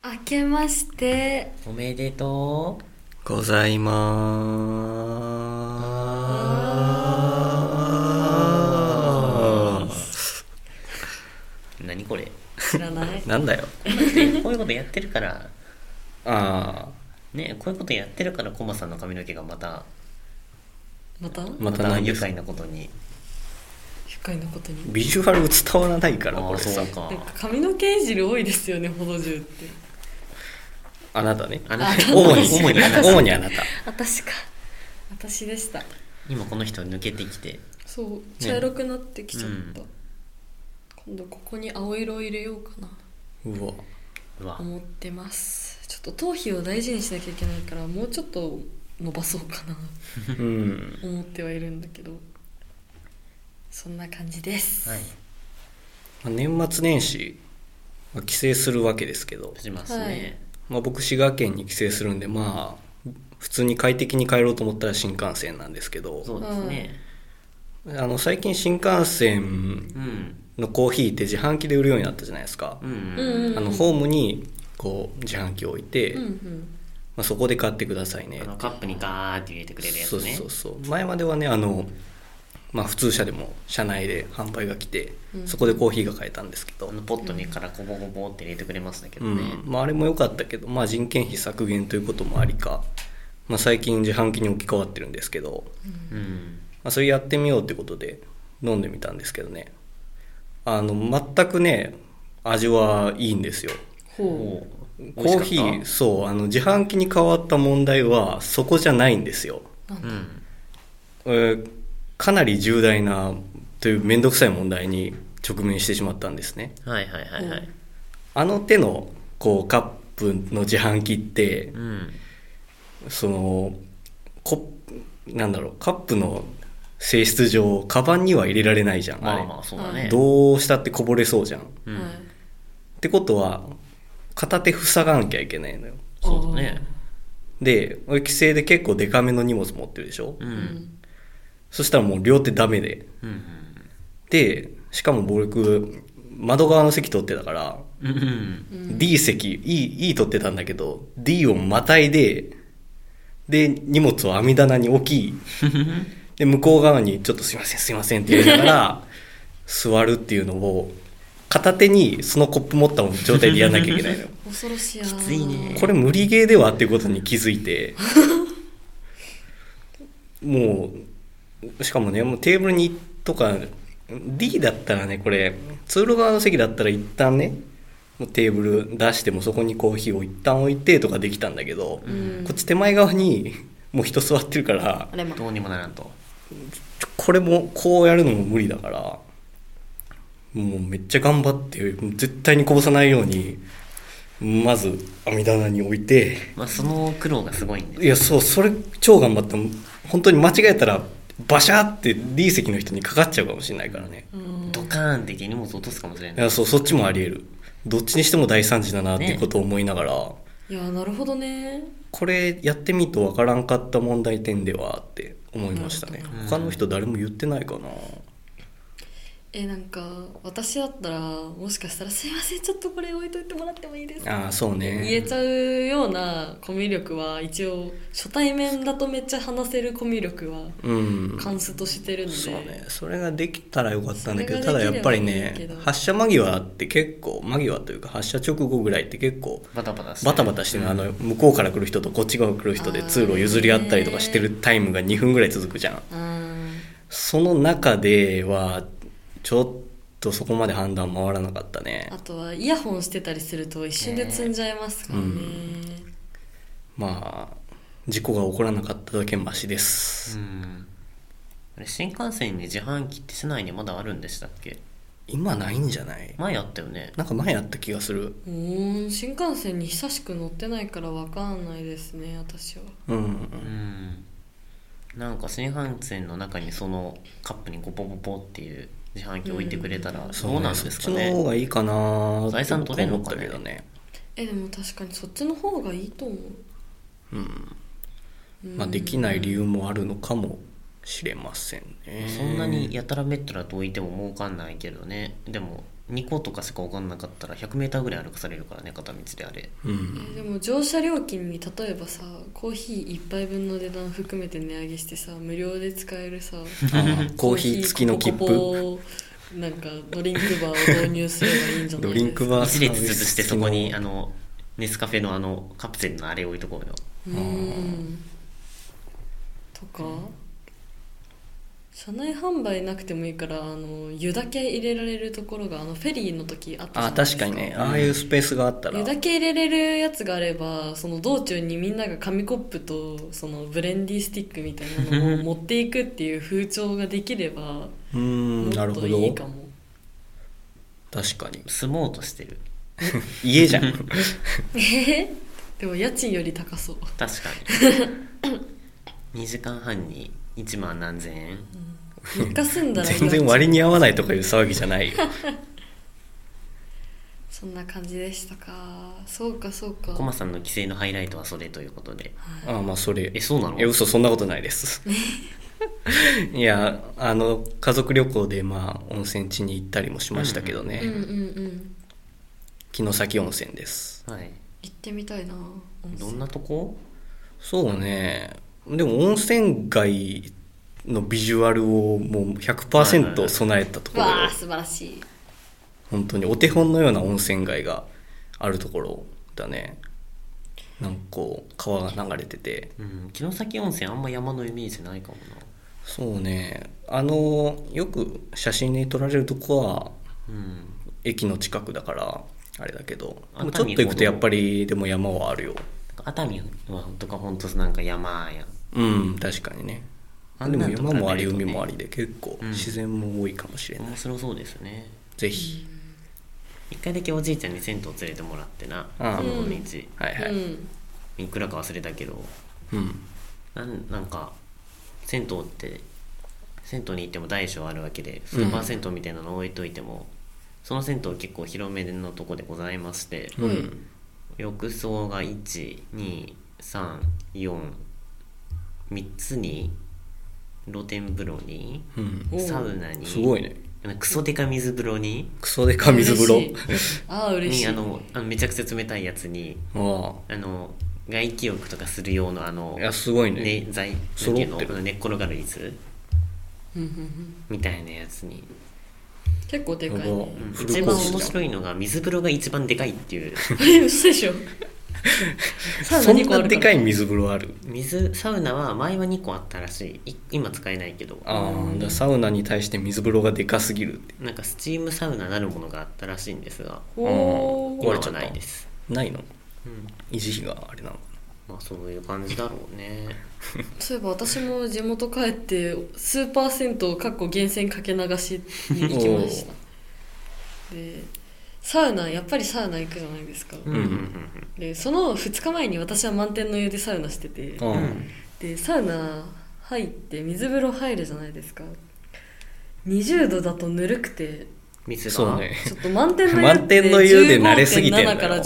明けましておめでとございます何これ知らないなんだよこういうことやってるからあね、こういうことやってるからコマさんの髪の毛がまたまたまた何ですか愉快なことに。 愉快なことにビジュアル伝わらないからああこれさそうか。 なんか髪の毛いじる多いですよね、ほどじゅうって。 あなたねあなあ主にあなた私か、私でした。 今この人抜けてきて、 そう茶色くなってきちゃった、 う今度ここに青色を入れようかなうわうわ思ってます。ちょっと頭皮を大事にしなきゃいけないから、もうちょっと伸ばそうかなうん思ってはいるんだけど、そんな感じです。 はい、 年末年始帰省するわけですけど、 しますね。 僕滋賀県に帰省するんで普通に快適に帰ろうと思ったら新幹線なんですけど、 そうですね。 最近新幹線うんのコーヒーって自販機で売るようになったじゃないですか、 うんホームにこう自販機を置いて、 うんうん、 そこで買ってくださいね。 カップにガーって入れてくれるやつね。 そう前まではね普通車でも車内で販売が来て、そこでコーヒーが買えたんですけど、 ポットにからコボコボって入れてくれましたけどね。 あれも良かったけど、人件費削減ということもありか、最近自販機に置き換わってるんですけど、それやってみようってことで飲んでみたんですけどね、全くね味はいいんですよ。 ほコーヒーそう自販機に変わった問題はそこじゃないんですよ。かなり重大なという面倒くさい問題に直面してしまったんですね。 はいはいはいはい。 手のこうカップの自販機ってそのカップの性質上カバンには入れられないじゃん。 そうだね。 どうしたってこぼれそうじゃん、 はい、 ってことは片手塞がなきゃいけないのよ。 そうだね。 で俺帰省で結構デカめの荷物持ってるでしょ、そしたらもう両手ダメで、でしかも僕窓側の席取ってたから、D 席 E 取ってたんだけど D をまたいで荷物を網棚に置きで向こう側にちょっとすいませんって言いながら座るっていうのを片手にそのコップ持った状態でやんなきゃいけないのよ。 恐ろしいや。 きついね。 これ無理ゲーではっていうことに気づいてもうしかもねもうテーブルにとか D だったらね、これ通路側の席だったら一旦ねもうテーブル出してもそこにコーヒーを一旦置いてとかできたんだけど、こっち手前側にもう人座ってるからどうにもならんと。 これもこうやるのも無理だから、もうめっちゃ頑張って絶対にこぼさないようにまず網棚に置いて、 その苦労がすごいんで。 いやそれ超頑張った。本当に間違えたらバシャーって D 席の人にかかっちゃうかもしれないからね。 ドカーンって荷物落とすかもしれない。 いやそっちもあり得る。どっちにしても大惨事だなっていうことを思いながら、 いやなるほどね。 これやってみるとわからんかった問題点ではって思いましたね。他の人誰も言ってないかな。 なんか私だったらもしかしたらすいませんちょっとこれ置いといてもらってもいいですか、 そうね、 言えちゃうようなコミュ力は一応初対面だとめっちゃ話せるコミュ力はカンストしてるんで、 そうね、それができたらよかったんだけど、 それがただやっぱりできればいいけねど発車間際って結構間際というか発車直後ぐらいって結構バタバタしてる、向こうから来る人とこっち側から来る人で通路を譲り合ったりとかしてるタイムが2分ぐらい続くじゃん。その中ではちょっとそこまで判断回らなかったね。 あとはイヤホンしてたりすると一瞬で積んじゃいますからね、 事故が起こらなかっただけマシです。 あれ新幹線に自販機って市内にまだあるんでしたっけ？ 今ないんじゃない？ 前あったよね。 なんか前あった気がする。 新幹線に久しく乗ってないから分かんないですね私は。 なんか新幹線の中にそのカップにゴポゴポっていう自販機置いてくれたらどうなんですかね。 そっちの方がいいかなー採算取れるのかね。 でも確かにそっちの方がいいと思う。 できない理由もあるのかもしれませんね。 そんなにやたらめったらと置いても儲かんないけどね。でも 2個とかしか分かんなかったら 100m ぐらい歩かされるからね、片道であれ。 でも乗車料金に例えばさ、コーヒー1杯分の値段含めて値上げしてさ、無料で使えるさコーヒー付きの切符、 なんかドリンクバーを導入すればいいんじゃないですか。 ドリンクバー一列潰してそこにネスカフェのカプセルのあれ置いとこうよ。 とか、車内販売なくてもいいから湯だけ入れられるところがフェリーの時あったじゃないですか。 確かにね、ああいうスペースがあったら湯だけ入れれるやつがあれば、その道中にみんなが紙コップとそのブレンディースティックみたいなのを持っていくっていう風潮ができればもっといいかも。 確かに住もうとしてる家じゃんでも家賃より高そう。 確かに2時間半に1万何千円、 3日住んだら全然割に合わないとかいう騒ぎじゃないよそんな感じでしたか。そうかそうか。 コマさんの帰省のハイライトはそれということで、 まあそれそうなの？ 嘘、そんなことないですいや家族旅行で温泉地に行ったりもしましたけどね、城崎温泉です。 はい、 行ってみたいな。 どんなとこ？ そうね、でも温泉街のビジュアルをもう 100% 備えたところ、 わあ素晴らしい。 本当にお手本のような温泉街があるところだね。なんかこう川が流れてて、 城崎温泉あんま山のイメージないかもな。 そうね、よく写真に撮られるとこは、駅の近くだからあれだけど、ちょっと行くとやっぱりでも山はあるよ。 熱海はとか本当なんか山や。 確かにね。でも山もあり海もありで結構自然も多いかもしれない。 面白そうですね。 ぜひ。 一回だけおじいちゃんに銭湯連れてもらってな、その道、いくらか忘れたけど、なんか銭湯って銭湯に行っても大小あるわけで、スーパー銭湯みたいなの置いといても、その銭湯結構広めのとこでございまして、浴槽が1、2、3、4、3つに露天風呂に、サウナに、 すごいね、 クソデカ水風呂に、 クソデカ水風呂嬉しい。 めちゃくちゃ冷たいやつに、外気浴とかする用のいやすごいね、 寝っ転がる椅子みたいなやつに、 結構でかいね。 一番面白いのが水風呂が一番でかいっていう嘘でしょそんなでかい水風呂ある？ サウナは前は2個あったらしい。今使えないけど。 だサウナに対して水風呂がでかすぎるって。 なんかスチームサウナなるものがあったらしいんですが、今はないです。 ないの？維持費があれなのかな。そういう感じだろうねそういえば私も地元帰ってスーパー銭湯源泉かけ流しに行きましたでやっぱりサウナ行くじゃないですか、でその2日前に私は満天の湯でサウナしてて、でサウナ入って水風呂入るじゃないですか。20度だとぬるくて、 水がそうね、 ちょっと満天の湯で慣れすぎてんだよ。 15.7から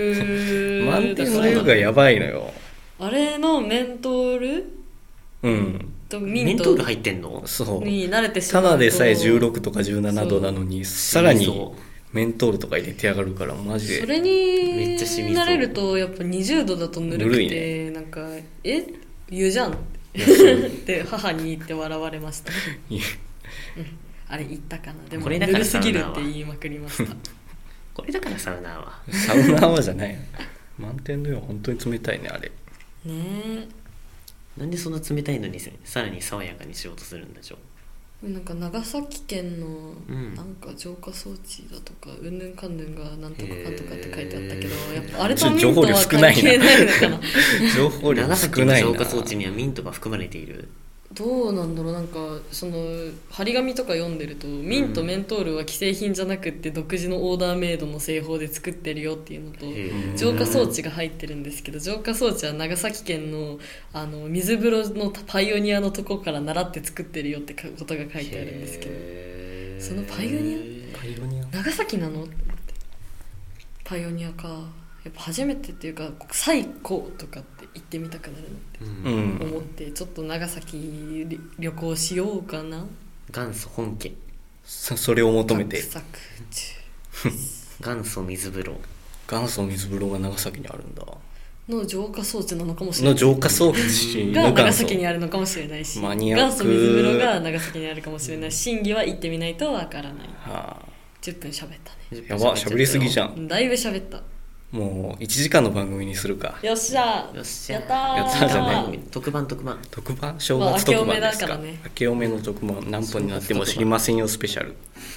16 満天の湯がやばいのよ。 あれのメントールとメントール入ってんの？ そうに慣れてしまうと、 ただでさえ16とか17度なのにさらにメントールとか入れてやがるからマジで。 それに慣れるとやっぱ20度だとぬるくて、なんか湯じゃんって母に言って笑われましたあれ言ったかな。でもぬるすぎるって言いまくりましたこれだからサウナーはサウナーはじゃない満天の湯は本当に冷たいねあれね。 なんでそんな冷たいのにさらに爽やかにしようとするんでしょう。 なんか長崎県のなんか浄化装置だとかうんぬんかんぬんがなんとかかんとかって書いてあったけど、やっぱあれとミントは関係ないのかな情報量少ないな。 長崎の浄化装置にはミントが含まれている。 どうなんだろう。なんかその張り紙とか読んでると、ミントメントールは既製品じゃなくって独自のオーダーメイドの製法で作ってるよっていうのと、浄化装置が入ってるんですけど、浄化装置は長崎県の水風呂のパイオニアのとこから習って作ってるよってことが書いてあるんですけど、そのパイオニア長崎なのって思って、パイオニアかやっぱ初めてっていうか最高とかって行ってみたくなるのって思って、ちょっと長崎旅行しようかな。 元祖本家それを求めて元祖水風呂が長崎にあるんだ。 の浄化装置なのかもしれない。 の浄化装置が長崎にあるのかもしれないし、 マニアック。 元祖水風呂が長崎にあるかもしれないし、真偽は行ってみないとわからない。 はあ、 10分喋ったね。 やば、喋りすぎじゃん。 だいぶ喋った。 もう1時間の番組にするか。 よっしゃよっしゃやったー。 やったーじゃない。 特番正月特番ですか。 明けおめの特番、何分になっても知りませんよスペシャル。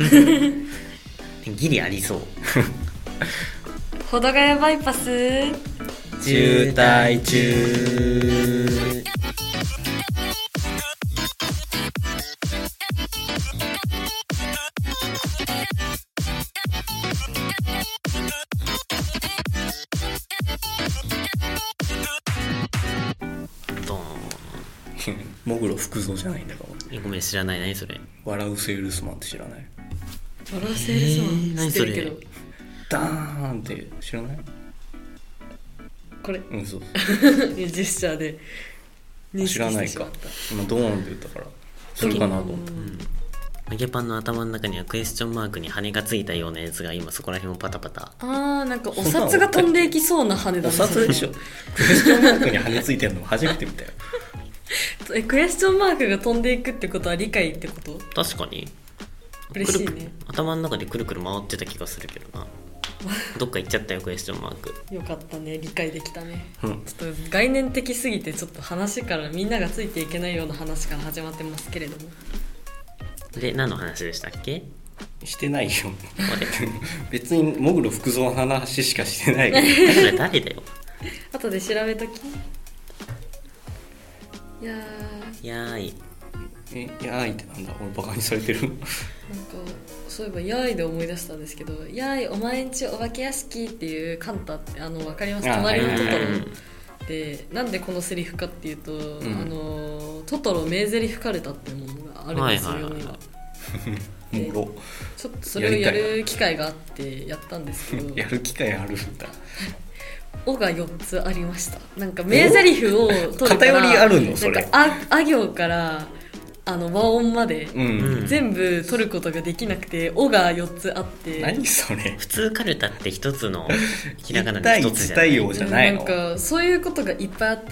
ギリありそう。 保土ヶ谷バイパス渋滞中。もぐろ福蔵じゃないんだから。 ごめん、知らない。何それ。 笑うセールスマンって知らない？ 笑うセールスマン知ってるけど、 ダーンって知らない？ これうん、そうジェスチャーで認識してしまった。 今ドーンって言ったからそれかなと思った。 揚げパンの頭の中にはクエスチョンマークに羽がついたようなやつが今そこら辺をパタパタ。 なんかお札が飛んでいきそうな羽だね。 お札でしょ。クエスチョンマークに羽ついてるの初めて見たよ。 クエスチョンマークが飛んでいくってことは理解ってこと？ 確かに嬉しいね。 頭の中でくるくる回ってた気がするけどな。どっか行っちゃったよ、クエスチョンマーク。 よかったね、理解できたね、ちょっと概念的すぎてちょっと話からみんながついていけないような話から始まってますけれども。 で、何の話でしたっけ？ してないよ。別にもぐろ福蔵の話しかしてない。 誰だよ。 後で調べとき。やーいってなんだ、俺バカにされてる。なんかそういえばやーいで思い出したんですけど、やーいお前んちお化け屋敷っていうカンタって分かります？隣のトトロで、なんでこのセリフかっていうと、トトロ名台詞カルタっていうものがあるんですよ、世には。ちょっとそれをやる機会があってやったんですけどやる機会あるんだ。 おが4つありました。なんか名台詞を取るから偏りあるのそれ。 なんかあ行から和音まで全部取ることができなくて、おが4つあって。 何それ。 普通カルタって一つのひらがなで一つじゃない。 対応じゃないの。 なんかそういうことがいっぱいあって、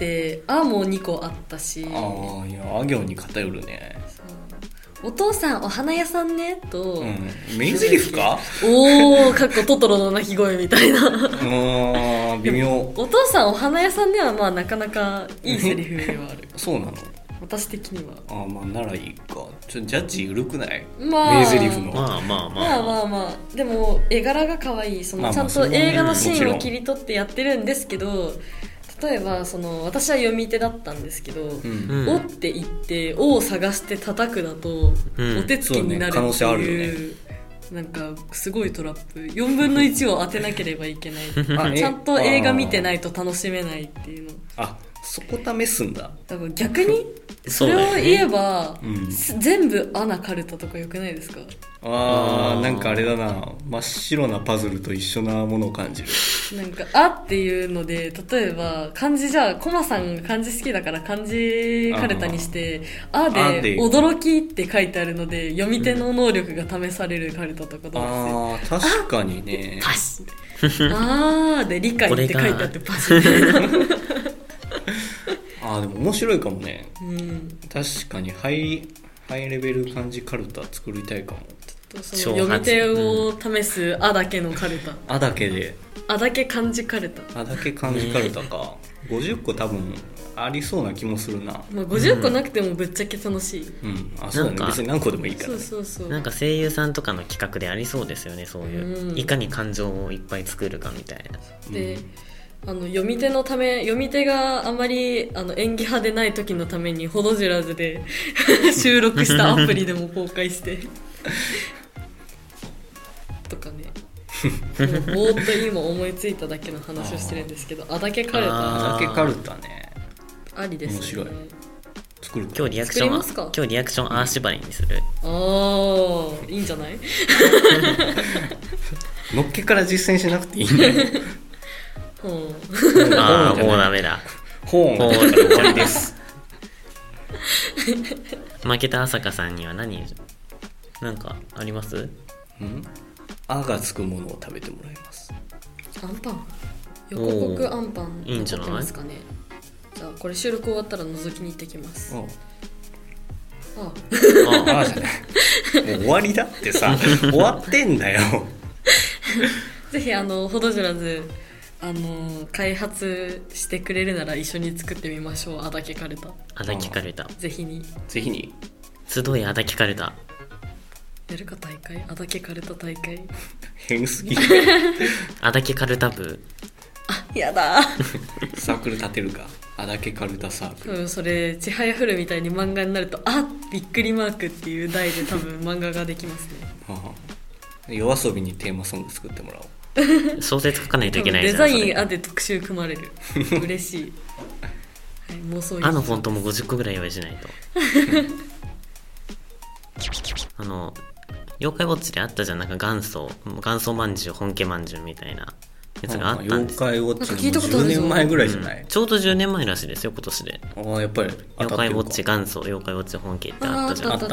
あも2個あったし。 いやあ行に偏るね。 お父さんお花屋さんねと、 名台詞か？ かっこトトロの鳴き声みたいな。 微妙。 お父さんお花屋さんではまあなかなかいいセリフではある。 そうなの？ 私的には。 まあならいいか。ジャッジ緩くない？名台詞の。 まあでも絵柄が可愛い。ちゃんと映画のシーンを切り取ってやってるんですけど、例えば私は読み手だったんですけど、おって言っておを探して叩くだと、お手つきになるっていう、なんかすごいトラップ。4分の1を当てなければいけない。ちゃんと映画見てないと楽しめないっていうの。 そこ試すんだ。 だから逆にそれを言えば、全部アナカルタとかよくないですか？ なんかあれだな、真っ白なパズルと一緒なものを感じる。 なんかあっていうので、例えば漢字、じゃあコマさんが漢字好きだから漢字カルタにしてあで驚きって書いてあるので、読み手の能力が試されるカルタとかどうです？ 確かにね。 パスで理解って書いてあってパスみたいな。 でも面白いかもね。確かにハイレベル漢字カルタ作りたいかも。 読み手を試すあだけのカルタ。 あだけで。 あだけ漢字カルタ。 あだけ漢字カルタか。50個多分ありそうな気もするな。 50個なくてもぶっちゃけ楽しい。 そうね。別に何個でもいいからね。 そうなんか声優さんとかの企画でありそうですよね、そういう。いかに感情をいっぱい作るかみたいな。 で、読み手のため、読み手があまり演技派でない時のためにほど知らずで収録したアプリでも公開してとかね。ぼーっと今思いついただけの話をしてるんですけど、あだけカルタ。 あだけカルタね。 ありですね。 面白い。作る。 今日リアクションあー縛りにする。 いいんじゃない？ のっけから実践しなくていいんだよ。 もうダメだ。 終わりです。 負けた朝香さんにはなんかあります？ あがつくものを食べてもらいます。 アンパン、横国アンパンいいんじゃないますかね。じゃあこれ収録終わったら覗きに行ってきます。ああじゃないもう終わりだってさ終わってんだよぜひほどじらず開発してくれるなら一緒に作ってみましょう。あだけかるた。 あだけかるた。 ぜひに集いあだけかるた。 やるか大会。あだけかるた大会。 変すぎあだけかるた部。 あ、やだサークル立てるか。あだけかるたサークル。 それちはやふるみたいに漫画になるとあびっくりマークっていう題で多分漫画ができますね夜遊びにテーマソング作ってもらおう小説書かないといけないじゃん。デザインあで特集組まれる嬉しい、はい、妄想あのフォントも50個ぐらい用意しないと妖怪ウォッチであったじゃん、なんか元祖まんじゅう本家まんじゅうみたいなやつがあったんです。 妖怪ウォッチも10年前ぐらいじゃない、 ちょうど10年前らしいですよ今年で。 やっぱり妖怪ウォッチ元祖妖怪ウォッチ本家ってあったじゃん。 あった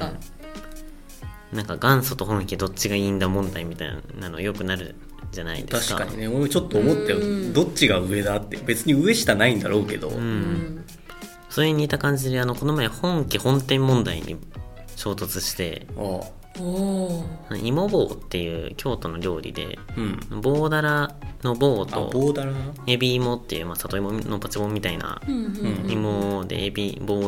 なんか元祖と本家どっちがいいんだ問題みたいなのよくなるじゃないですか。 確かにね、俺ちょっと思ったよ、どっちが上だって。別に上下ないんだろうけど、 それに似た感じでこの前本家本店問題に衝突して、芋棒っていう京都の料理で、棒だらの棒とエビ芋っていう、里芋のパチモンみたいな芋で芋棒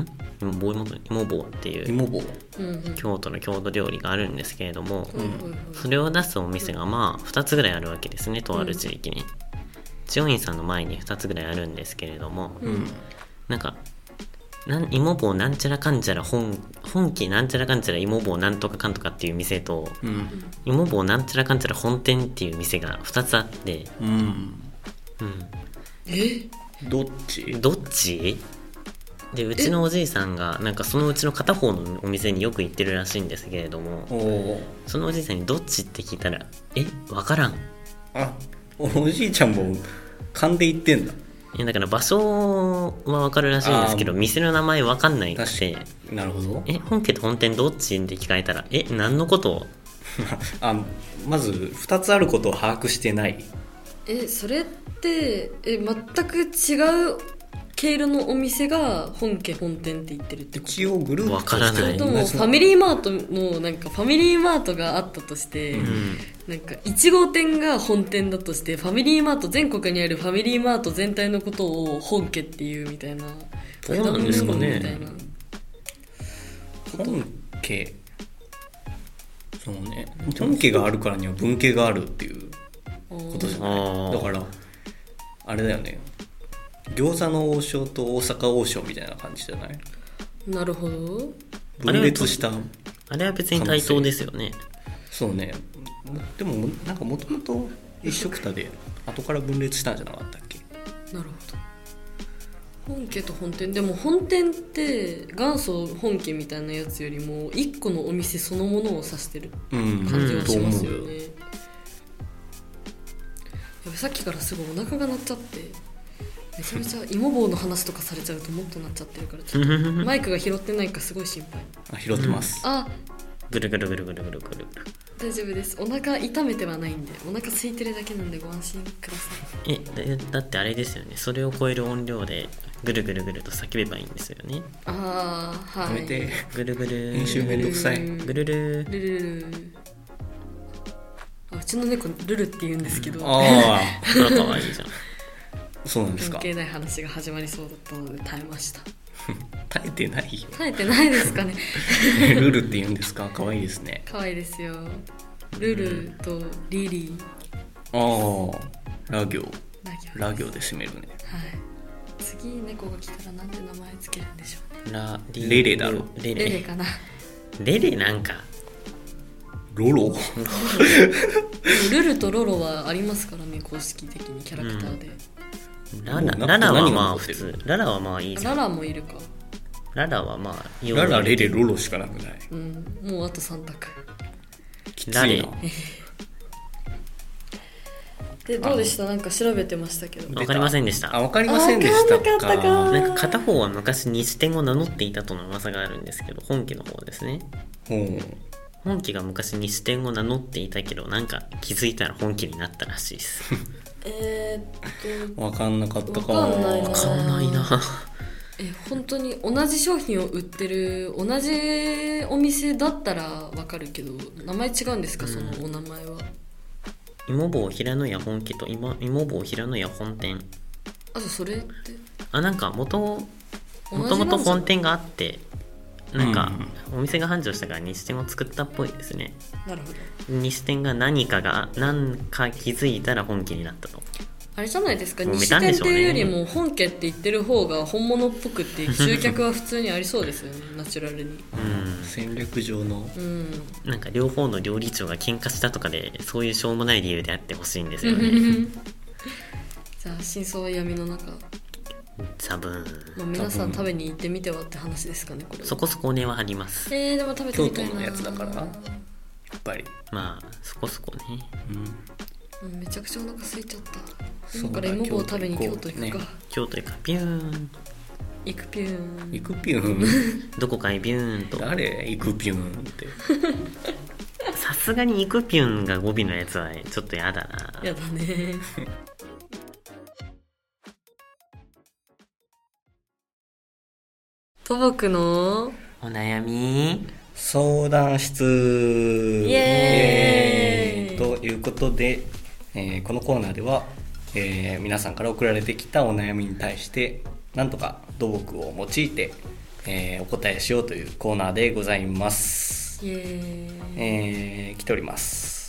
っていう京都の郷土料理があるんですけれども、それを出すお店が2つぐらいあるわけですね、とある地域に。千代院さんの前に2つぐらいあるんですけれども、なんか芋棒なんちゃらかんちゃら本家なんちゃらかんちゃら芋棒なんとかかんとかっていう店と、芋棒なんちゃらかんちゃら本店っていう店が2つあって、 どっちで、うちのおじいさんがなんかそのうちの片方のお店によく行ってるらしいんですけれども、そのおじいさんにどっちって聞いたらわからん。 おじいちゃんも勘で言ってんだ。 だから場所は分かるらしいんですけど、店の名前分かんないくて。 なるほど。 本家と本店どっちって聞かれたら何のことまず2つあることを把握してない。 それって全く違う経路のお店が本家本店って言ってるってこと？ 一応グループ分からない。 それともファミリーマートのなんかファミリーマートがあったとして、なんか1号店が本店だとして、ファミリーマート全国にあるファミリーマート全体のことを本家っていうみたいな。 どうなんですかね。 本家、そうね、本家があるからには分家があるっていうことじゃない。だからあれだよね、餃子の王将と大阪王将みたいな感じじゃない？ なるほど。 分裂した。 あれは別に対等ですよね。 そうね。でもなんかもともと一緒くたで後から分裂したんじゃなかったっけ？ なるほど。本家と本店でも本店って元祖本家みたいなやつよりも一個のお店そのものを指してる感じがしますよね。さっきからすごいお腹が鳴っちゃって、めちゃめちゃ芋棒の話とかされちゃうともっとなっちゃってるから、ちょっとマイクが拾ってないかすごい心配。 拾ってます。 ぐるぐるぐるぐるぐるぐる。 大丈夫です。お腹痛めてはないんで、お腹空いてるだけなんでご安心ください。だってあれですよね、それを超える音量でぐるぐるぐると叫べばいいんですよね。 はい。 やめて。 ぐるぐる。 編集めんどくさい。 ぐるる。 ルルル。うちの猫ルルって言うんですけど。 かわいいじゃん。 そうなんですか。 関係ない話が始まりそうだったので耐えました。 耐えてないよ。 耐えてないですかね。 ルルって言うんですか？可愛いですね。 可愛いですよ。ルルとリリー。 ラ行で締めるね。 はい。次猫が来たらなんで名前つけるんでしょうね。 レレだろ。 レレかな。 レレなんか。 ロロ。 ルルとロロはありますからね、公式的にキャラクターで。 ララはまあ普通。ララはまあいいじゃん。 ララもいるか。 ララはまあララレレロロしかなくない？ もうあと3択。 きついな。 でどうでした？なんか調べてましたけど。 わかりませんでした。 わかりませんでしたか。 なんか片方は昔西天を名乗っていたとの噂があるんですけど、本家の方ですね。 本家が昔西天を名乗っていたけど、なんか気づいたら本家になったらしいです分かんなかったか。 分かんないな。 本当に同じ商品を売ってる同じお店だったら分かるけど、名前違うんですか、そのお名前は。 芋坊平野屋本家と芋坊平野屋本店。 それってなんかもともと本店があって、なんかお店が繁盛したから西店を作ったっぽいですね。 なるほど。 西店が何か気づいたら本家になったと。 あれじゃないですか、西店っていうよりも本家って言ってる方が本物っぽくって集客は普通にありそうですよねナチュラルに。 戦略上の、 なんか両方の料理長が喧嘩したとかで、そういうしょうもない理由であってほしいんですよねじゃあ真相は闇の中。 多分、 皆さん食べに行ってみてはって話ですかね、これ。 そこそこ値はあります。 でも食べてみたいな。 京都のやつだからな、やっぱり。 まあそこそこね。 めちゃくちゃお腹空いちゃった。今から芋棒食べに京都行くか。 京都行くか。ピューン行くピューン。 行くピューンどこかへビューンと。 誰行くピューンってさすがに行くピューンが語尾のやつはちょっとやだな。 やだね土木のお悩み相談室。 イエーイということで、このコーナーでは、皆さんから送られてきたお悩みに対してなんとか土木を用いて、お答えしようというコーナーでございます。 イエーイ。 来ております。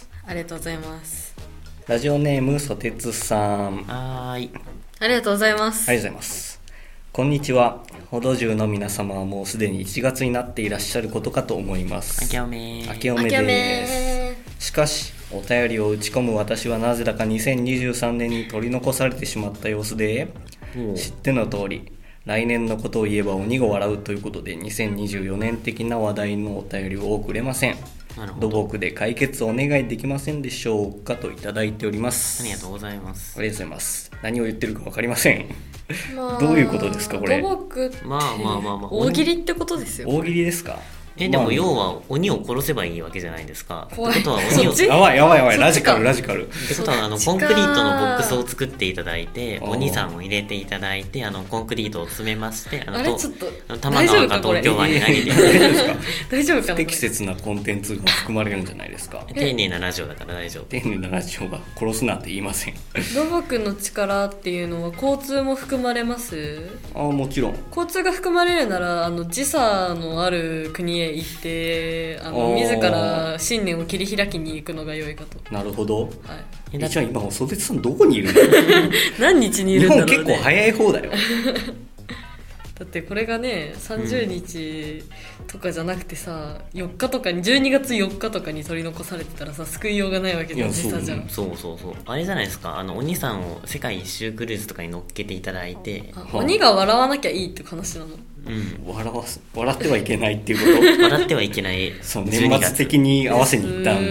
ありがとうございます。 ラジオネームソテツさん。 ありがとうございます。 ありがとうございます。こんにちは。ほど中の皆様はもうすでに1月になっていらっしゃることかと思います。 明けおめです。しかしお便りを打ち込む私はなぜだか2023年に取り残されてしまった様子で、知っての通り来年のことを言えば鬼が笑うということで2024年的な話題のお便りを多くれません。土木で解決お願いできませんでしょうかといただいております。 ありがとうございます。 ありがとうございます。何を言ってるか分かりません、どういうことですかこれ。 土木ってまあ大喜利ってことですよ。 大喜利ですか。 でも要は鬼を殺せばいいわけじゃないですか。 怖い。 ってことは鬼をやばいラジカルってことはコンクリートのボックスを作っていただいて、鬼さんを入れていただいて、コンクリートを詰めまして、 あれちょっと多摩川か東京湾に投げて大丈夫かな。不適切なコンテンツが含まれるんじゃないですか。 丁寧なラジオだから大丈夫。 丁寧なラジオが殺すなんて言いません。 土木の力っていうのは交通も含まれます？ もちろん。 交通が含まれるなら時差のある国へ行って自ら信念を切り開きに行くのが良いかと。 なるほど。 はい。 じゃあ今ソテツさんどこにいるの？ 何日にいるんだろうね。 日本結構早い方だよ。 だってこれがね30日とかじゃなくてさ、4日とかに12月4日とかに取り残されてたらさ救いようがないわけじゃん。時差じゃん。 そうあれじゃないですか。鬼さんを世界一周クルーズとかに乗っけていただいて、 鬼が笑わなきゃいいって話なの。 笑ってはいけないっていうこと。 笑ってはいけない。 そう年末的に合わせに行ったの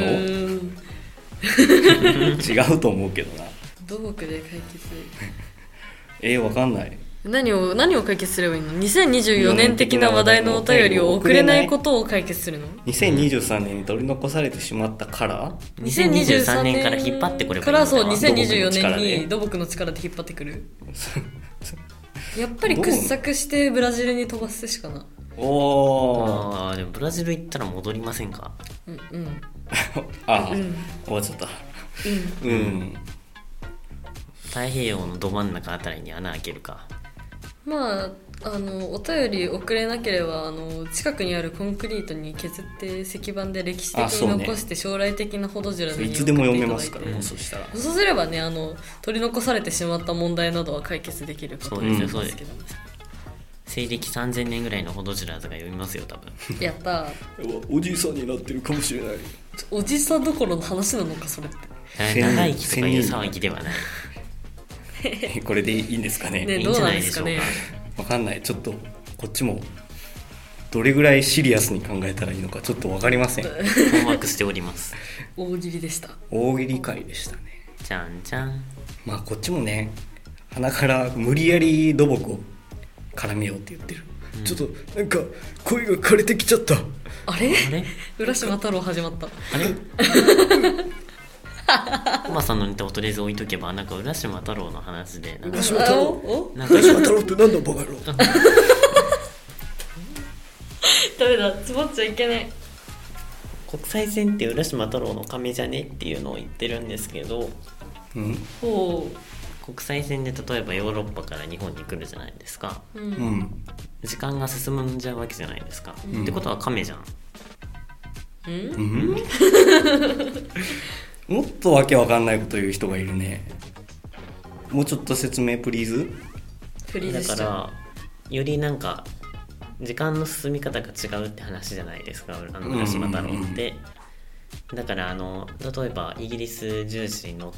違うと思うけどな。 土木で解決。 わかんない。 何を解決すればいいの。2024年的な話題のお便りを送れないことを解決するの。 2023年に取り残されてしまったから 2023年から引っ張ってこればいいのか。 そう2024年に土木の力で引っ張ってくる。やっぱり掘削してブラジルに飛ばすしかな。 でもブラジル行ったら戻りませんか。 終わっちゃった。 太平洋のど真ん中あたりに穴開けるか。 お便り送れなければ近くにあるコンクリートに削って石板で歴史的に残して将来的なほどじらずにいつでも読めますからね。そうしたらそうすればね取り残されてしまった問題などは解決できるかと思いますけど、 西暦3000年ぐらいのほどじらずが読みますよ多分。 やったおじいさんになってるかもしれない。 おじさんどころの話なのかそれって。 長生きとかいう騒ぎではない。 これでいいんですかね。 どうなんですかね。 わかんない。ちょっとこっちもどれぐらいシリアスに考えたらいいのかちょっとわかりません。 困惑しております。 大喜利でした。 大喜利会でしたね。 じゃんじゃん。 こっちもね鼻から無理やり土木を絡めようって言ってる。 ちょっとなんか声が枯れてきちゃった。 あれ浦島太郎始まった。 あれコバさんのネタをとりあえず置いとけば、なんか浦島太郎の話で浦島太郎ってなんだバカ野郎ダメだ、つぼっちゃいけない。 国際線って浦島太郎の亀じゃねっていうのを言ってるんですけど、 ほう。 国際線で例えばヨーロッパから日本に来るじゃないですか、時間が進んじゃうわけじゃないですか、ってことは亀じゃん。 もっとわけわかんないこと言う人がいるね。もうちょっと説明プリーズ。 だからよりなんか時間の進み方が違うって話じゃないですか、浦島太郎って。だから例えばイギリス重視に乗って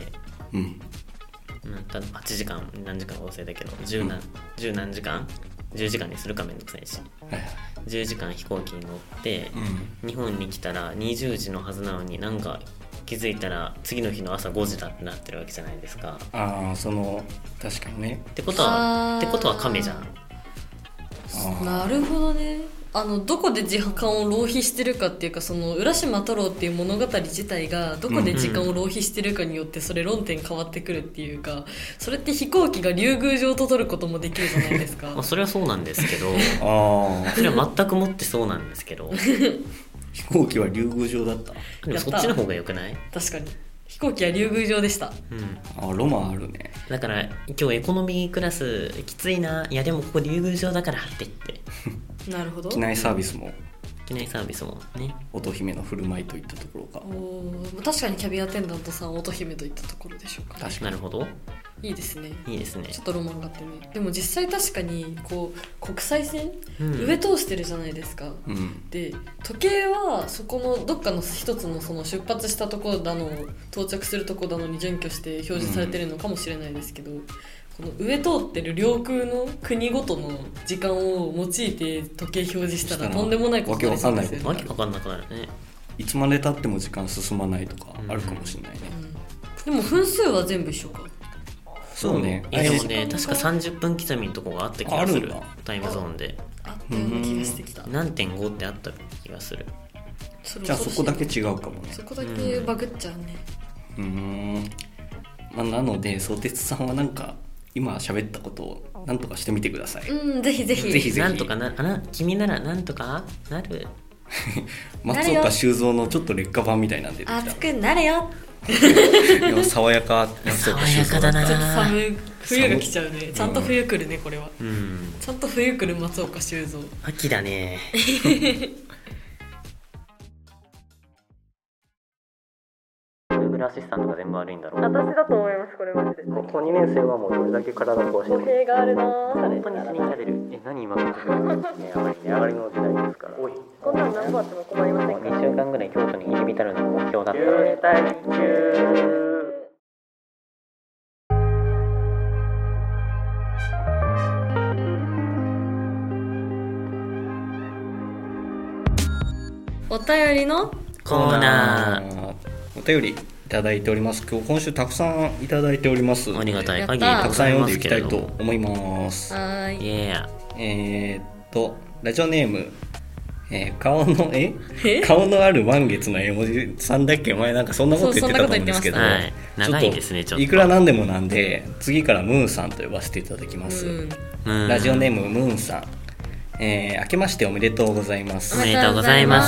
、8時間何時間忘れたけど10何時間10時間にするかめんどくさいし、10時間飛行機に乗って、日本に来たら20時のはずなのに、なんか気づいたら次の日の朝5時だってなってるわけじゃないですか。 確かにね。 ってことは亀じゃん。 なるほどね。どこで時間を浪費してるかっていうか、その浦島太郎っていう物語自体がどこで時間を浪費してるかによってそれ論点変わってくるっていうか、それって飛行機が竜宮城と取ることもできるじゃないですか。 それはそうなんですけどそれは全くもってそうなんですけど飛行機は竜宮城だった。 でもそっちの方が良くない？ 確かに飛行機は竜宮城でした。 ロマンあるね。 だから今日エコノミークラスきついな、いやでもここ竜宮城だからって言ってなるほど。 機内サービスもね、 乙姫の振る舞いといったところか。 確かにキャビンアテンダントさん乙姫といったところでしょうか、ね。 なるほど。 いいですね。 ちょっとロマンがあってね。でも実際確かにこう国際線、上通してるじゃないですか、で時計はそこのどっかの一つのその出発したところだの到着するところだのに準拠して表示されてるのかもしれないですけど、この上通ってる領空の国ごとの時間を用いて時計表示したらとんでもないことになりそうですよね。 わけわかんなくなるね。 いつまで経っても時間進まないとかあるかもしれないね。 でも分数は全部一緒か。 そうね。 でもね、確か30分刻みのとこがあった気がする。タイムゾーンであったような気がしてきた。 何点5ってあった気がする。 じゃあそこだけ違うかもね。 そこだけバグっちゃうね。 なので相鉄さんはなんか今喋ったことをなんとかしてみてください。 ぜひぜひなんとか君ならなんとかなる松岡修造のちょっと劣化版みたいなんで熱くなれよでも爽やか松岡修造だな。 ちょっと冬が来ちゃうね。ちゃんと冬来るねこれは。ちゃんと冬来る松岡修造。 秋だねGoogle アシスタントが全部悪いんだろう。 私だと思います。これマジで。 高校2年生はもうどれだけ体を壊してる。 語弊があるな。 本当に死にかれる。何今の値上がりの時代ですから。 こんなの何個あっても困りませんか。 2週間ぐらい京都に入り浸るのが目標だったので。 お便りのコーナー。 お便りいただいております。今週たくさんいただいております。 ありがたい限りたくさん読んでいきたいと思います。 はい。 ラジオネーム、顔のある満月の絵文字さんだっけ。前なんかそんなこと言ってたと思うんですけど、 長いですね。ちょっといくらなんでもなんで次からムーンさんと呼ばせていただきます。ラジオネームムーンさん、明けましておめでとうございます。 おめでとうございます。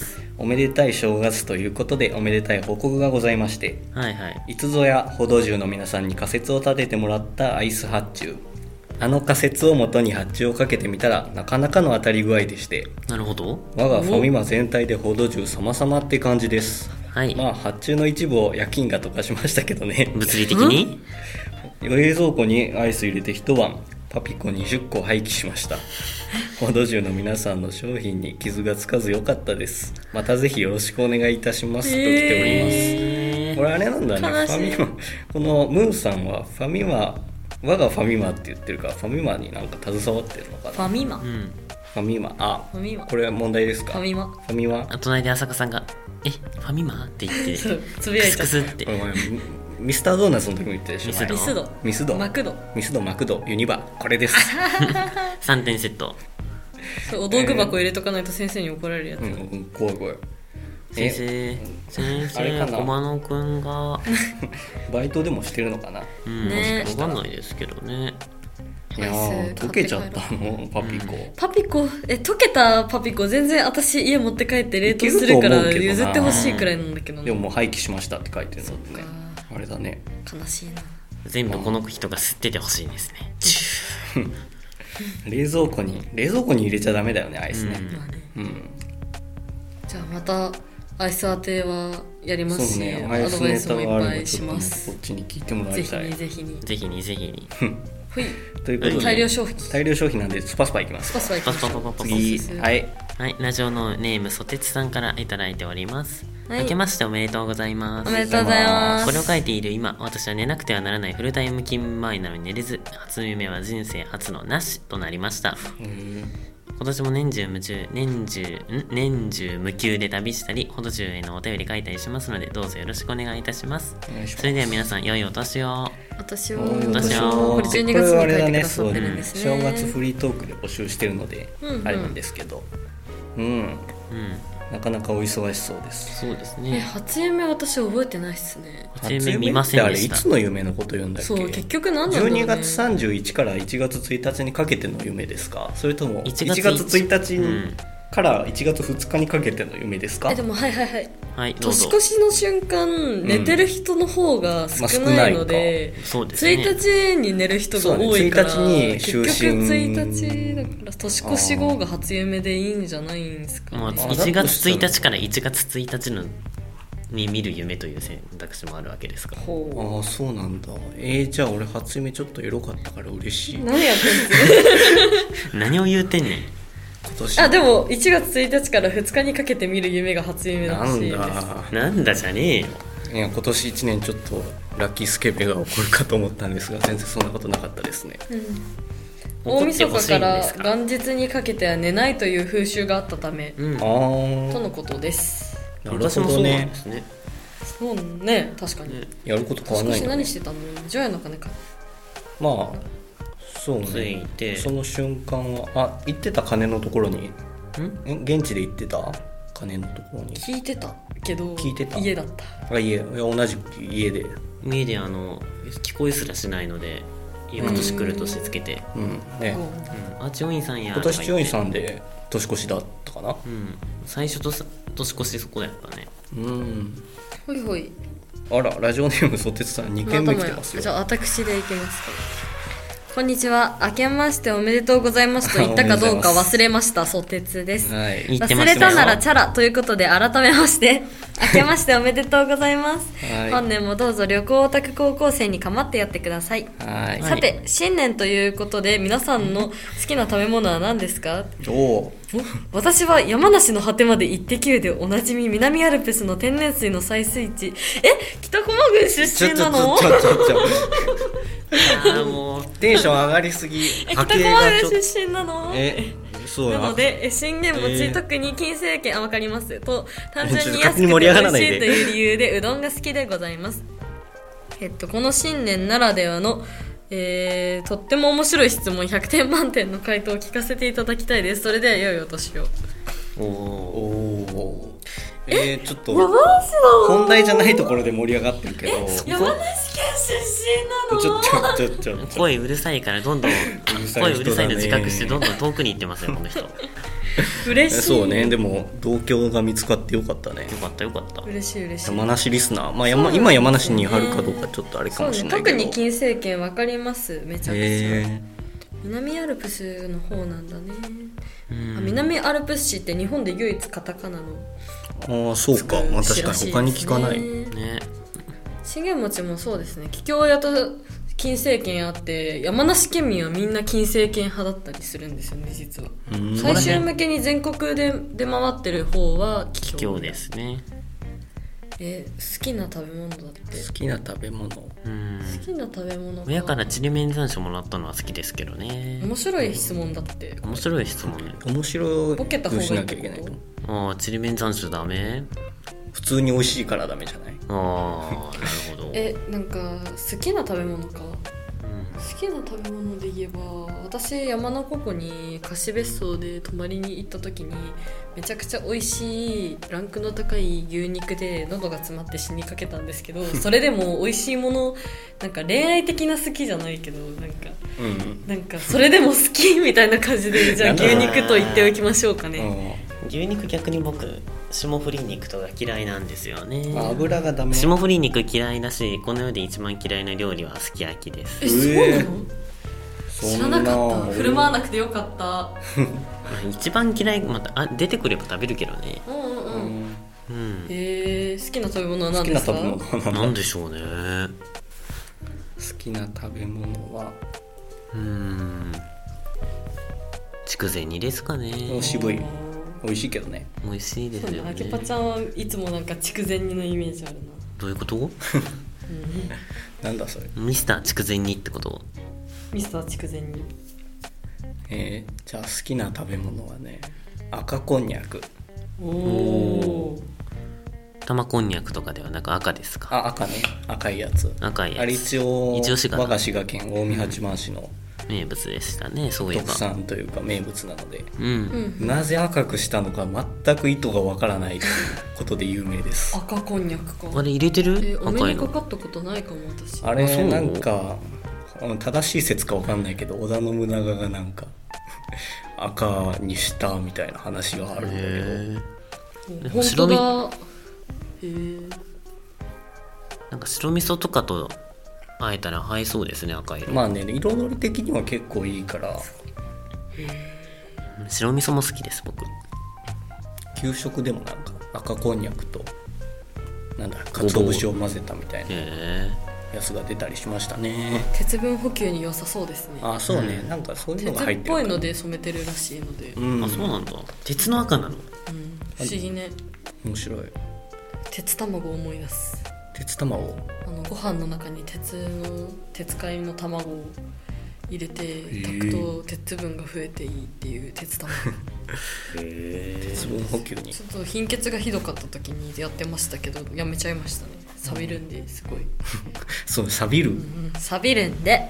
おめでたい正月ということでおめでたい報告がございまして、いつぞや報道中の皆さんに仮説を立ててもらったアイス発注、仮説をもとに発注をかけてみたらなかなかの当たり具合でして、 なるほど。 我がファミマ全体で報道中様々って感じです。発注の一部を夜勤が溶かしましたけどね。 物理的に冷蔵庫にアイス入れて一晩パピコ20個廃棄しました。報道中の皆さんの商品に傷がつかずよかったです。またぜひよろしくお願いいたしますと来ております。これあれなんだね、ファミマ。このムーンさんはファミマ、我がファミマって言ってるからファミマになんか携わってるのかな。 ファミマ、 ファミマ、これは問題ですか。 ファミマ隣で浅香さんがファミマって言ってつぶやいちゃった。 ミスタードーナツの時も言ったでしょ。 ミスドマクドユニバ、これです 3点セット。 そうお道具箱入れとかないと先生に怒られるやつ、 怖い怖い。 先生駒野くんがバイトでもしてるのかな、 ね、分かんないですけどね。 いや溶けちゃったのパピコ、 パピコ溶けたパピコ全然私家持って帰って冷凍するから譲ってほしいくらいなんだけど、 でももう廃棄しましたって書いてるのね。あれだね、 悲しいな。 全部この人が吸っててほしいんですね。 冷蔵庫に入れちゃダメだよねアイスね。 じゃあまたアイス当てはやりますし、 ね、 アドバイスもいっぱいします。 こっちに聞いてもらいたい。 ぜひにということで大量消費なんでスパスパいきます。次、はい、 ラジオのネームソテツさんからいただいております。明けましておめでとうございます。 おめでとうございます。 これを書いている今、私は寝なくてはならないフルタイム勤務前なのに寝れず、初夢は人生初のなしとなりました。今年も年中無休で旅したり、ほど中へのお便り書いたりしますので、どうぞよろしくお願いいたします。それでは皆さん、良いお年を。 お年を。これ12月に書いてくださってるんですね。 正月フリートークで募集してるので、あれなんですけど、なかなかお忙しそうです。 そうですね。 初夢私覚えてないっすね。 初夢見ませんでした。 あれいつの夢のこと言うんだっけ。 そう結局何なんだろうね。 12月31から1月1日にかけての夢ですか、それとも1月1日から1月2日にかけての夢ですか。 でもはい年越しの瞬間寝てる人の方が少ないので、1日に寝る人が多いから、 1日に結局1日だから年越し後が初夢でいいんじゃないんですか、ね。 1月1日から1月1日のに見る夢という選択肢もあるわけですか。 ああそうなんだ。じゃあ俺初夢ちょっとエロかったから嬉しい。 何やってんの何を言うてんねん。 でも1月1日から2日にかけて見る夢が初夢らしいです。 なんだじゃねえよ。 いや今年1年ちょっとラッキースケベが起こるかと思ったんですが全然そんなことなかったですね。 大晦日から元日にかけては寝ないという風習があったため、とのことです。 なるほどね。 そうね、確かにやること変わらないの。 何してたの。除夜の鐘か。 まあそうね、その瞬間は行ってた鐘のところに現地で行ってた鐘のところに聞いてたけど家だった。 同じ家で聞こえすらしないので翌年来る年つけて、千代院さんや今年千代院さんで年越しだったかな、 最初と年越しそこやったね。 ほいほい。 あらラジオネームソテツさん2件目来てますよ。 じゃあ私でいきますか。こんにちは。明けましておめでとうございますと言ったかどうか忘れました。ソテツです。忘れたならチャラということで改めまして明けましておめでとうございます。本年もどうぞ旅行オタク高校生に構ってやってください。さて新年ということで皆さんの好きな食べ物は何ですか。私は山梨の果てまでイッテ Q でおなじみ南アルプスの天然水の採水地。北駒郡出身なの。 もうテンション上がりすぎ。 北駒郡出身なの。 そうなので信玄餅、特に金星圏わかりますと単純に安くて美味しいという理由でうどんが好きでございます。この新年ならではのとっても面白い質問100点満点の回答を聞かせていただきたいです。それでは良いお年を。 ちょっと本題じゃないところで盛り上がってるけど、 山梨県出身なの。 ちょっと声うるさいからどんどん声うるさいの自覚してどんどん遠くに行ってますよこの人。 嬉しい。 そうね。でも同郷が見つかってよかったね。 よかった。 嬉しい。 山梨リスナー、今山梨にあるかどうかちょっとあれかもしれないけど、 特に金星圏わかります。めちゃくちゃ南アルプスの方なんだね。南アルプス市って日本で唯一カタカナの。 そうか。確かに他に聞かないね。 信玄餅もそうですね。桔梗屋と金星圏あって山梨県民はみんな金星圏派だったりするんですよね実は。最終向けに全国で出回ってる方は桔梗ですね。 好きな食べ物だって。 好きな食べ物親からちりめん山椒もらったのは好きですけどね。 面白い質問だって。 面白い質問ね。 面白い。 ボケた方がいいしなきゃいけないの。ちりめん山椒ダメ。 普通に美味しいからダメじゃない。 なるほど。 なんか好きな食べ物か。 好きな食べ物で言えば、私山中湖に貸し別荘で泊まりに行った時にめちゃくちゃ美味しいランクの高い牛肉で喉が詰まって死にかけたんですけど、それでも美味しいもの、なんか恋愛的な好きじゃないけど、なんかそれでも好きみたいな感じで、じゃあ牛肉と言っておきましょうかね。 牛肉逆に僕霜降り肉とか嫌いなんですよね。 油がダメ。 霜降り肉嫌いだし、この世で一番嫌いな料理はすき焼きです。 そうなの？知らなかった。振る舞わなくてよかった。 一番嫌い、また出てくれば食べるけどね。 好きな食べ物は何ですか？好きな食べ物は何でしょうね。 好きな食べ物は筑前煮ですかね。 渋い。美味しいけどね。 美味しいですよね。 あけぱちゃんはいつもなんか筑前煮のイメージあるな。 どういうこと？ なんだそれ。 ミスター筑前煮ってこと？ ミスター筑前煮。 じゃあ好きな食べ物はね、赤こんにゃく。 玉こんにゃくとかではなく赤ですか？ 赤ね。赤いやつ。 赤いやつ。 あれ一応我が滋賀県近江八幡市の名物でしたね。そういえば特産というか名物なので、なぜ赤くしたのか全く意図がわからないということで有名です。 赤こんにゃくか。 あれ入れてる？ お目にかかったことないかも私。 あれなんか正しい説かわかんないけど、織田信長がなんか赤にしたみたいな話があるんだけど。本当だ。 なんか白味噌とかとあえたら映えそうですね、赤色。 まあね、彩り的には結構いいから。 白味噌も好きです僕。 給食でもなんか赤こんにゃくとなんだ鰹節を混ぜたみたいなやつが出たりしましたね。 鉄分補給に良さそうですね。 そうね、なんかそういうのが入ってる。 鉄っぽいので染めてるらしいので。 そうなんだ。鉄の赤なの？ 不思議ね。 面白い。 鉄卵を思い出す。 鉄卵？ ご飯の中に鉄塊の卵を入れて炊くと鉄分が増えていいっていう鉄卵。 鉄分補給に。 ちょっと貧血がひどかった時にやってましたけどやめちゃいましたね。錆びるんですごい。 そう錆びる？ 錆びるんで。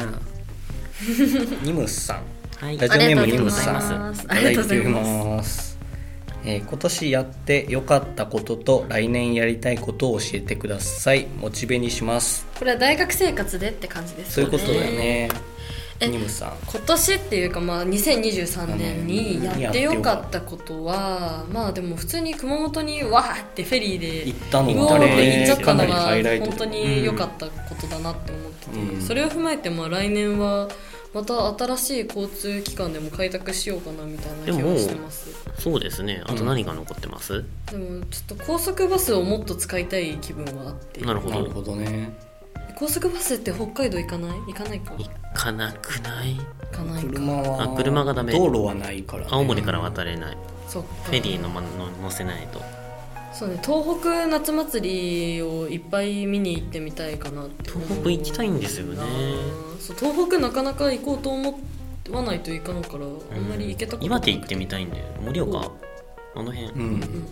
ニムスさん。 はい。 ラジオネームニムスさん。 ありがとうございます。 今年やって良かったことと来年やりたいことを教えてください。モチベにします。 これは大学生活でって感じですよね。そういうことだよね。ニムさん。 今年っていうか2023年にやって良かったことはでも普通に熊本にわーってフェリーで行ったのが行っちゃったのが本当に良かったことだなって思ってて、それを踏まえて来年はまた新しい交通機関でも開拓しようかなみたいな気がしてます。 そうですね。あと何が残ってます？ でもちょっと高速バスをもっと使いたい気分はあって。 なるほどね。 高速バスって北海道行かないか。 行かなくない？ 行かないか。 車がダメ。 道路はないから、ね、 青森から渡れない。 そっか。 フェリーの乗せないと。 そうね、東北夏祭りをいっぱい見に行ってみたいかなって思う。 東北行きたいんですよね。 そう、東北なかなか行こうと思わないといかんから、あんまり行けたことない。 岩手行ってみたいんで、盛岡あの辺、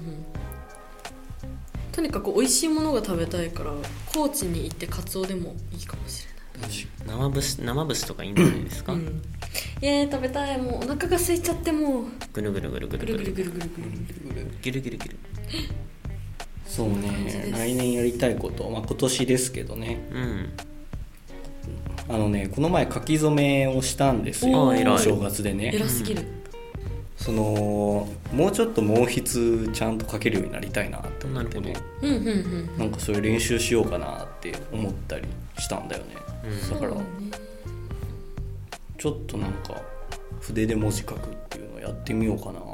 とにかく美味しいものが食べたいから高知に行ってカツオでもいいかもしれない。 生節とかいいんじゃないですか？ 食べたい。もうお腹が空いちゃって、もうぐるぐるぐるぐるぐるぐるぐるぐるぐるぐるぐる。 そうね、来年やりたいこと、今年ですけどね、この前書き初めをしたんですよ、お正月でね。 偉すぎる。 もうちょっと毛筆ちゃんと書けるようになりたいなって思ってね。なんかそういう練習しようかなって思ったりしたんだよね。だからちょっとなんか筆で文字書くっていうのをやってみようかなって。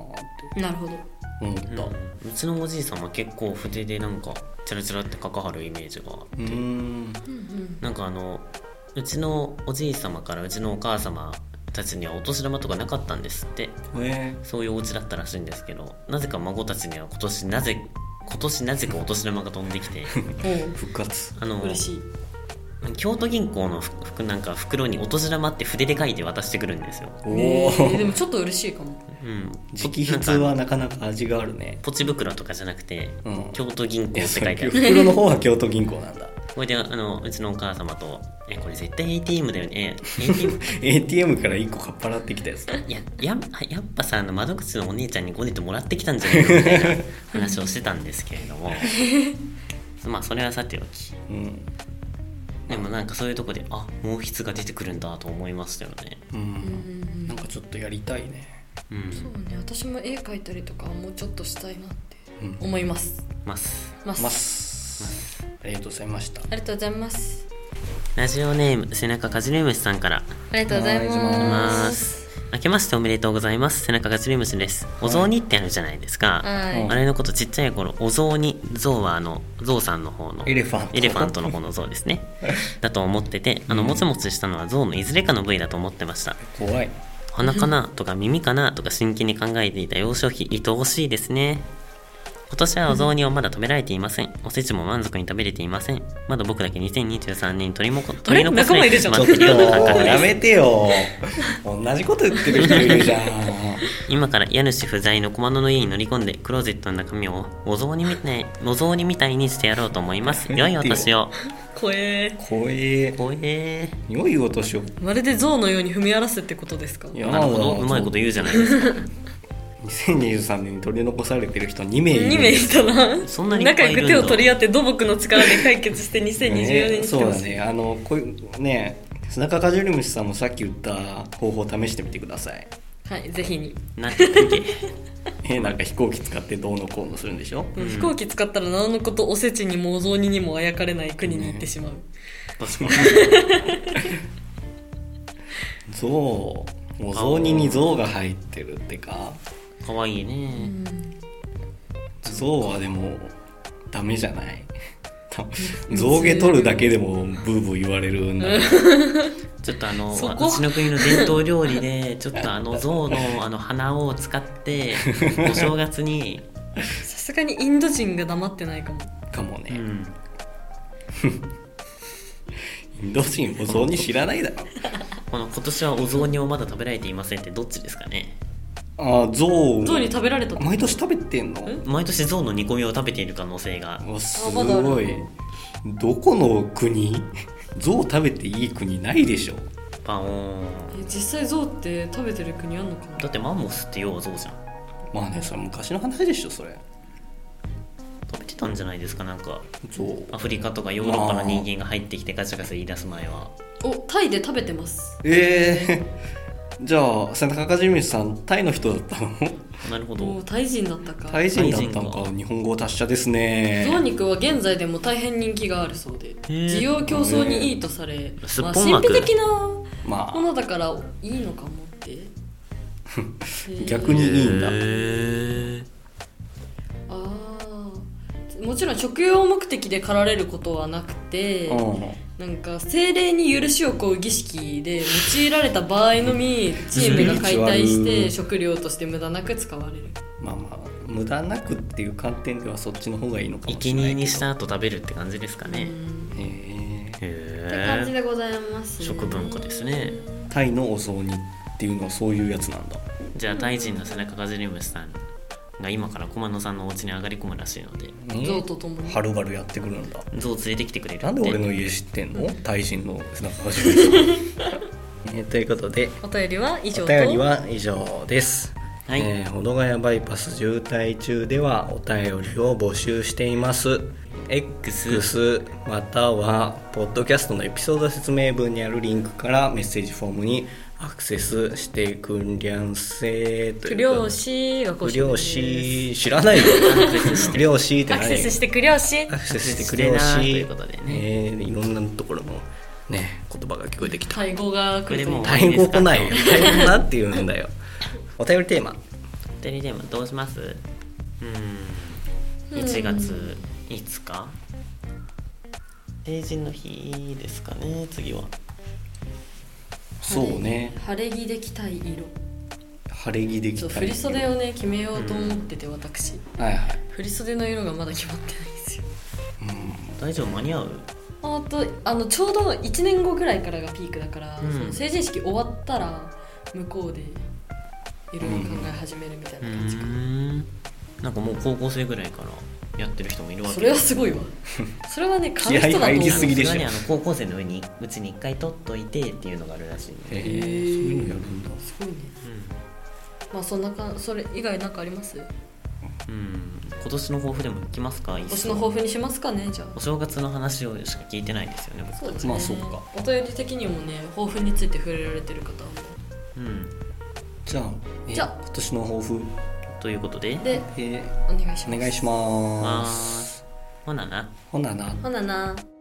なるほど。 思った。 うちのおじいさんは結構筆でなんかチャラチャラって書かはるイメージがあって、なんかうちのおじい様からうちのお母様たちにはお年玉とかなかったんですって。そういうお家だったらしいんですけど、なぜか孫たちには今年なぜかお年玉が飛んできて復活。 嬉しい。 京都銀行のなんか袋にお年玉って筆で書いて渡してくるんですよ。 でもちょっと嬉しいかも。 直筆はなかなか味があるね。 ポチ袋とかじゃなくて、京都銀行って書いてある。 袋の方は京都銀行なんだ。 これでうちのお母様とこれ絶対 ATM だよね ATM から1個かっぱらってきたやつ。 やっぱさ窓口のお姉ちゃんに5ネットもらってきたんじゃないのみたいな話をしてたんですけれどもまあそれはさておき、でもなんかそういうとこで毛筆が出てくるんだと思いましたよね。 なんかちょっとやりたいね。 そうね、私も絵描いたりとかもうちょっとしたいなって思います。 ありがとうございました。 ありがとうございます。 ラジオネーム背中かじり虫さんからありがとうございます。 明けましておめでとうございます。背中かじり虫です。お雑煮ってあるじゃないですか、あれのことちっちゃい頃お雑煮、象は象さんの方のエレファントの方の象ですねだと思ってて、もちもちしたのは象のいずれかの部位だと思ってました。 怖い。 鼻かなとか耳かなとか真剣に考えていた幼少期、愛おしいですね。今年はお雑煮をまだ食べられていません。おせちも満足に食べれていません。まだ僕だけ2023年に取り残されて待ってるような感覚です。 やめてよ。同じこと言ってる人いるじゃん。 今から家主不在の小窓の家に乗り込んでクローゼットの中身をお雑煮みたいにしてやろうと思います。良いお年を。 怖え。 良いお年を。 まるで象のように踏み荒らすってことですか。 なるほど、うまいこと言うじゃないですか。 2023年に取り残されてる人2名いたな。 そんなにいっぱいいるんだ。 仲良く手を取り合って土木の力で解決して2024年にそうだね。こういうね、背中かじり虫さんもさっき言った方法を試してみてください。 はい、ぜひに。 なんか飛行機使ってどうのこうのするんでしょ、 飛行機使ったらなおのことおせちにもお雑煮にもあやかれない国に行ってしまう、 確かにお雑煮に象が入ってるってかかわいいね。 象はでもダメじゃない。象牙取るだけでもブーブー言われるんだちょっとうちの国の伝統料理でちょっと象の鼻を使ってお正月にさすがにインド人が黙ってないかもね、インド人お雑煮知らないだろ。 今年はお雑煮をまだ食べられていませんってどっちですかね。 象に食べられた。 毎年食べてんの？ 毎年象の煮込みを食べている可能性が。 すごい。どこの国？象食べていい国ないでしょ。 パオーン。 実際象って食べてる国あんのかな。 だってマンモスって要は象じゃん。 まあね、それ昔の話でしょそれ。 食べてたんじゃないですか。なんか象アフリカとかヨーロッパの人間が入ってきてガチャガチャ言い出す前は。 タイで食べてます。 じゃあ背中かじり虫さんタイの人だったの？ なるほど。 タイ人だったか。 タイ人だったのか。日本語達者ですね。 象肉は現在でも大変人気があるそうで、需要競争にいいとされ、神秘的なものだからいいのかもって逆にいいんだ。 もちろん食用目的で狩られることはなくて、なんか精霊に許しを請う儀式で用いられた場合のみチームが解体して食料として無駄なく使われる。 まあ無駄なくっていう観点ではそっちの方がいいのかもしれないけど、 生贄にした後食べるって感じですかね。 って感じでございます。 食文化ですね。 タイのお雑煮っていうのはそういうやつなんだ。 じゃあタイ人の背中かじり虫さんが今から駒野さんのお家に上がり込むらしいので、 象とともにはるばるやってくるんだ。 象連れてきてくれるって。 なんで俺の家知ってんの？タイ人の背中かじり虫さんということでお便りは以上です。 はい、 保土ヶ谷バイパス渋滞中ではお便りを募集しています。 X またはポッドキャストのエピソード説明文にあるリンクからメッセージフォームにアクセスしてくんりゃんせーというくりょうしがくりょうし知らないよくりょうしって何？ アクセスしてくりょうしアクセスしてくりょうしということでね、 いろんなところのね言葉が聞こえてきた。 タイ語が来る。 タイ語来ないよ。タイ語なんて言うんだよ。お便りテーマどうします？1月5日成人の日ですかね。次はそうね、 晴れ着で着たい色。 晴れ着で着たい色。 振り袖をね決めようと思ってて、私、振り袖の色がまだ決まってないんですよ。 大丈夫？間に合う？ ちょうど1年後ぐらいからがピークだから、その成人式終わったら向こうでいろいろ考え始めるみたいな感じかな。 なんかもう高校生ぐらいからやってる人もいるわけそれはすごいわそれはね買う人だと思う。 気合入りすぎでしょ。 それはね高校生のうちに1回取っといてっていうのがあるらしいんで。 そういうのやるんだ。 すごいね。まあそれ以外なんかあります？ 今年の抱負でもいきますか？ 今年の抱負にしますかね。じゃあお正月の話をしか聞いてないですよね。 そうですね。 まあそうか。 お便り的にもね抱負について触れられてる方も。 じゃあ今年の抱負ということでお願いします。 お願いします。 ほなな。 ほなな。